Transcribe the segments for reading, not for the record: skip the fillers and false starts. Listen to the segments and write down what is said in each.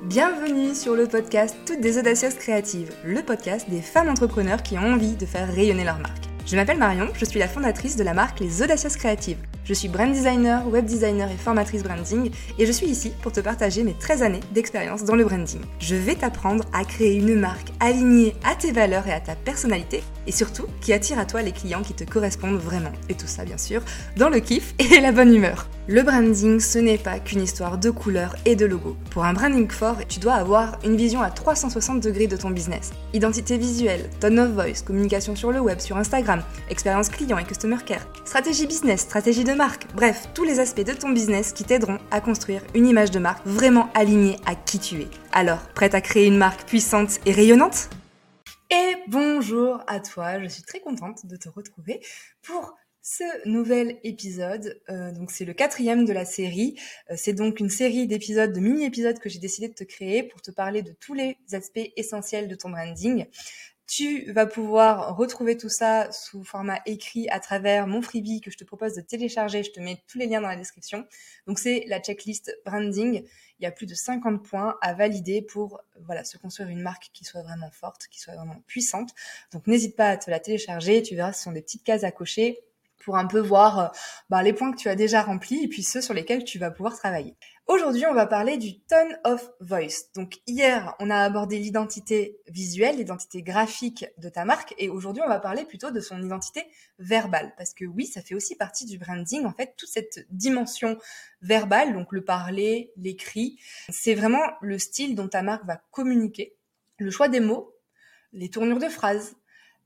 Bienvenue sur le podcast Toutes des audacieuses créatives, le podcast des femmes entrepreneurs qui ont envie de faire rayonner leur marque. Je m'appelle Marion, je suis la fondatrice de la marque Les Audacieuses Créatives. Je suis brand designer, web designer et formatrice branding et je suis ici pour te partager mes 13 années d'expérience dans le branding. Je vais t'apprendre à créer une marque alignée à tes valeurs et à ta personnalité et surtout qui attire à toi les clients qui te correspondent vraiment. Et tout ça bien sûr dans le kiff et la bonne humeur. Le branding, ce n'est pas qu'une histoire de couleurs et de logos. Pour un branding fort, tu dois avoir une vision à 360 degrés de ton business. Identité visuelle, tone of voice, communication sur le web, sur Instagram, expérience client et customer care, stratégie business, stratégie de marque, bref, tous les aspects de ton business qui t'aideront à construire une image de marque vraiment alignée à qui tu es. Alors, prête à créer une marque puissante et rayonnante ? Et bonjour à toi, je suis très contente de te retrouver pour ce nouvel épisode. Donc c'est le 4e de la série. C'est donc une série d'épisodes, de mini-épisodes que j'ai décidé de te créer pour te parler de tous les aspects essentiels de ton branding. Tu vas pouvoir retrouver tout ça sous format écrit à travers mon freebie que je te propose de télécharger. Je te mets tous les liens dans la description. Donc c'est la checklist branding. Il y a plus de 50 points à valider pour se construire une marque qui soit vraiment forte, qui soit vraiment puissante. Donc n'hésite pas à te la télécharger. Tu verras, ce sont des petites cases à cocher pour un peu voir les points que tu as déjà remplis et puis ceux sur lesquels tu vas pouvoir travailler. Aujourd'hui, on va parler du tone of voice. Donc hier, on a abordé l'identité visuelle, l'identité graphique de ta marque et aujourd'hui, on va parler plutôt de son identité verbale parce que oui, ça fait aussi partie du branding. En fait, toute cette dimension verbale, donc le parler, l'écrit, c'est vraiment le style dont ta marque va communiquer, le choix des mots, les tournures de phrases,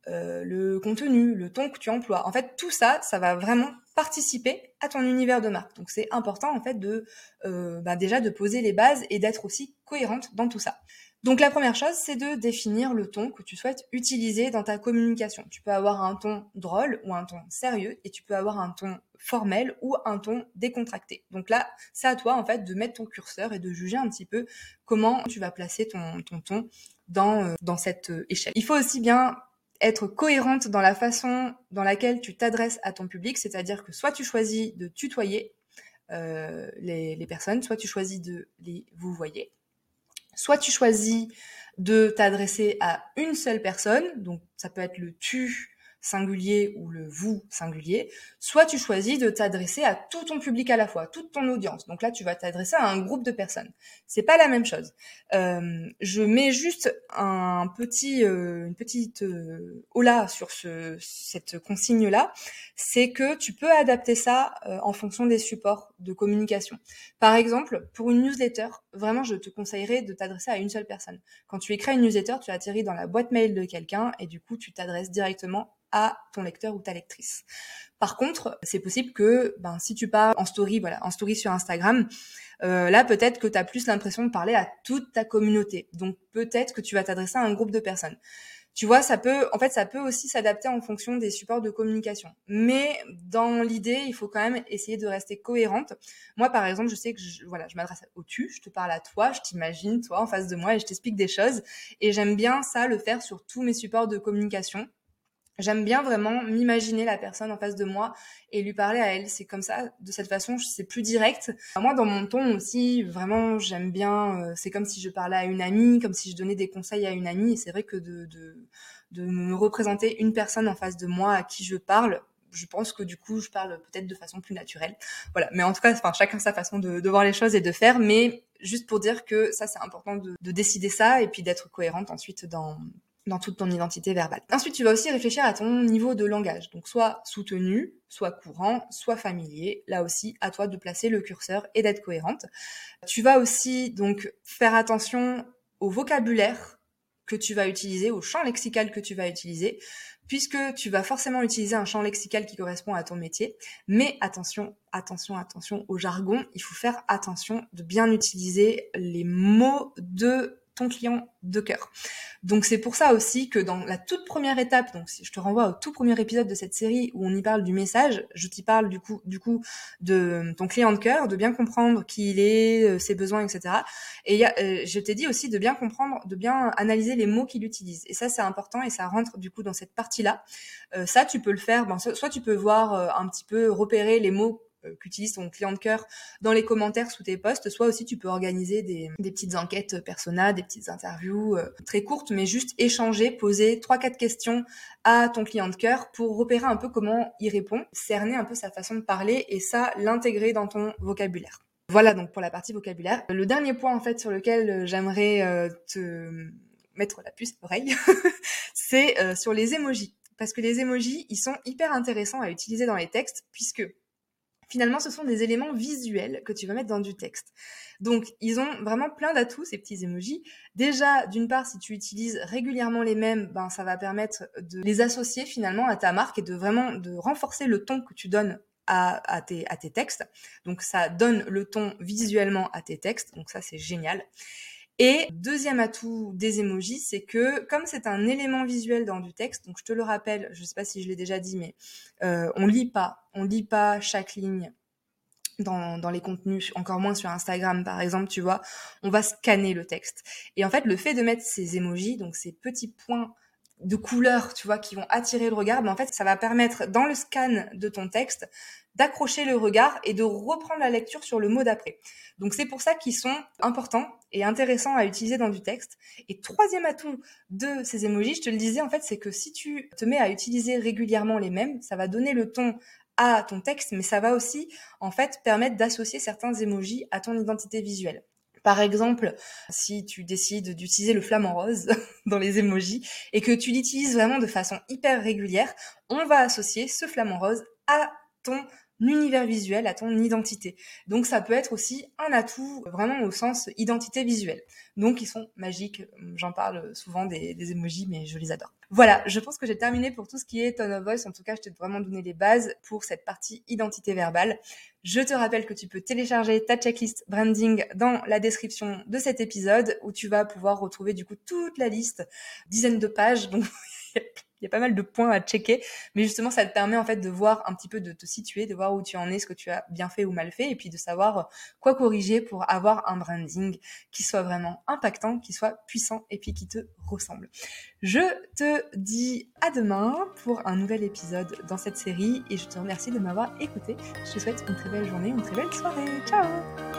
le contenu, le ton que tu emploies. En fait, tout ça, ça va vraiment participer à ton univers de marque. Donc, c'est important, en fait, de déjà de poser les bases et d'être aussi cohérente dans tout ça. Donc, la première chose, c'est de définir le ton que tu souhaites utiliser dans ta communication. Tu peux avoir un ton drôle ou un ton sérieux et tu peux avoir un ton formel ou un ton décontracté. Donc là, c'est à toi, en fait, de mettre ton curseur et de juger un petit peu comment tu vas placer ton ton dans cette échelle. Il faut aussi bien être cohérente dans la façon dans laquelle tu t'adresses à ton public, c'est-à-dire que soit tu choisis de tutoyer les personnes, soit tu choisis de les vouvoyer, soit tu choisis de t'adresser à une seule personne, donc ça peut être le tu singulier ou le vous singulier, soit tu choisis de t'adresser à tout ton public à la fois, toute ton audience. Donc là, tu vas t'adresser à un groupe de personnes. C'est pas la même chose. Je mets juste une petite hola sur cette consigne-là, c'est que tu peux adapter ça en fonction des supports de communication. Par exemple, pour une newsletter, vraiment, je te conseillerais de t'adresser à une seule personne. Quand tu écris une newsletter, tu atterris dans la boîte mail de quelqu'un et du coup, tu t'adresses directement à ton lecteur ou ta lectrice. Par contre, c'est possible que si tu pars en story sur Instagram, là peut-être que tu as plus l'impression de parler à toute ta communauté. Donc peut-être que tu vas t'adresser à un groupe de personnes. Tu vois, ça peut aussi s'adapter en fonction des supports de communication. Mais dans l'idée, il faut quand même essayer de rester cohérente. Moi, par exemple, je sais que je m'adresse au tu, je te parle à toi, je t'imagine, toi, en face de moi, et je t'explique des choses. Et j'aime bien ça, le faire sur tous mes supports de communication. J'aime bien vraiment m'imaginer la personne en face de moi et lui parler à elle. C'est comme ça, de cette façon, c'est plus direct. Moi, dans mon ton aussi, vraiment, j'aime bien, c'est comme si je parlais à une amie, comme si je donnais des conseils à une amie. Et c'est vrai que de me représenter une personne en face de moi à qui je parle, je pense que du coup, je parle peut-être de façon plus naturelle. Voilà. Mais en tout cas, chacun sa façon de voir les choses et de faire. Mais juste pour dire que ça, c'est important de décider ça et puis d'être cohérente ensuite dans toute ton identité verbale. Ensuite, tu vas aussi réfléchir à ton niveau de langage. Donc, soit soutenu, soit courant, soit familier. Là aussi, à toi de placer le curseur et d'être cohérente. Tu vas aussi donc faire attention au vocabulaire que tu vas utiliser, au champ lexical que tu vas utiliser, puisque tu vas forcément utiliser un champ lexical qui correspond à ton métier. Mais attention au jargon. Il faut faire attention de bien utiliser les mots de ton client de cœur. Donc c'est pour ça aussi que dans la toute première étape, donc si je te renvoie au tout premier épisode de cette série où on y parle du message, je t'y parle du coup de ton client de cœur, de bien comprendre qui il est, ses besoins, etc. Et je t'ai dit aussi de bien comprendre, de bien analyser les mots qu'il utilise. Et ça c'est important et ça rentre du coup dans cette partie-là. Ça tu peux le faire, soit tu peux voir un petit peu repérer les mots qu'utilise ton client de cœur dans les commentaires sous tes posts, soit aussi tu peux organiser des petites enquêtes persona, des petites interviews très courtes, mais juste échanger, poser 3-4 questions à ton client de cœur pour repérer un peu comment il répond, cerner un peu sa façon de parler et ça, l'intégrer dans ton vocabulaire. Voilà donc pour la partie vocabulaire. Le dernier point en fait sur lequel j'aimerais te mettre la puce à l'oreille, c'est sur les emojis. Parce que les emojis, ils sont hyper intéressants à utiliser dans les textes puisque finalement, ce sont des éléments visuels que tu vas mettre dans du texte. Donc, ils ont vraiment plein d'atouts, ces petits emojis. Déjà, d'une part, si tu utilises régulièrement les mêmes, ça va permettre de les associer finalement à ta marque et de renforcer le ton que tu donnes à tes textes. Donc, ça donne le ton visuellement à tes textes. Donc, ça, c'est génial. Et deuxième atout des emojis, c'est que comme c'est un élément visuel dans du texte, donc je te le rappelle, je sais pas si je l'ai déjà dit, mais on lit pas chaque ligne dans les contenus, encore moins sur Instagram par exemple, tu vois, on va scanner le texte. Et en fait, le fait de mettre ces emojis, donc ces petits points de couleur, tu vois, qui vont attirer le regard, en fait, ça va permettre dans le scan de ton texte d'accrocher le regard et de reprendre la lecture sur le mot d'après. Donc c'est pour ça qu'ils sont importants et intéressants à utiliser dans du texte. Et troisième atout de ces emojis, je te le disais, en fait, c'est que si tu te mets à utiliser régulièrement les mêmes, ça va donner le ton à ton texte, mais ça va aussi, en fait, permettre d'associer certains emojis à ton identité visuelle. Par exemple, si tu décides d'utiliser le flamant rose dans les emojis et que tu l'utilises vraiment de façon hyper régulière, on va associer ce flamant rose à ton univers visuel, à ton identité. Donc ça peut être aussi un atout vraiment au sens identité visuelle. Donc ils sont magiques, j'en parle souvent des emojis, mais je les adore. Voilà, je pense que j'ai terminé pour tout ce qui est tone of voice. En tout cas, je t'ai vraiment donné les bases pour cette partie identité verbale. Je te rappelle que tu peux télécharger ta checklist branding dans la description de cet épisode où tu vas pouvoir retrouver du coup toute la liste, dizaines de pages. Donc il y a pas mal de points à checker, mais justement ça te permet en fait de voir un petit peu, de te situer, de voir où tu en es, ce que tu as bien fait ou mal fait, et puis de savoir quoi corriger pour avoir un branding qui soit vraiment impactant, qui soit puissant et puis qui te ressemble. Je te dis à demain pour un nouvel épisode dans cette série et je te remercie de m'avoir écouté. Je te souhaite une très belle journée, une très belle soirée. Ciao!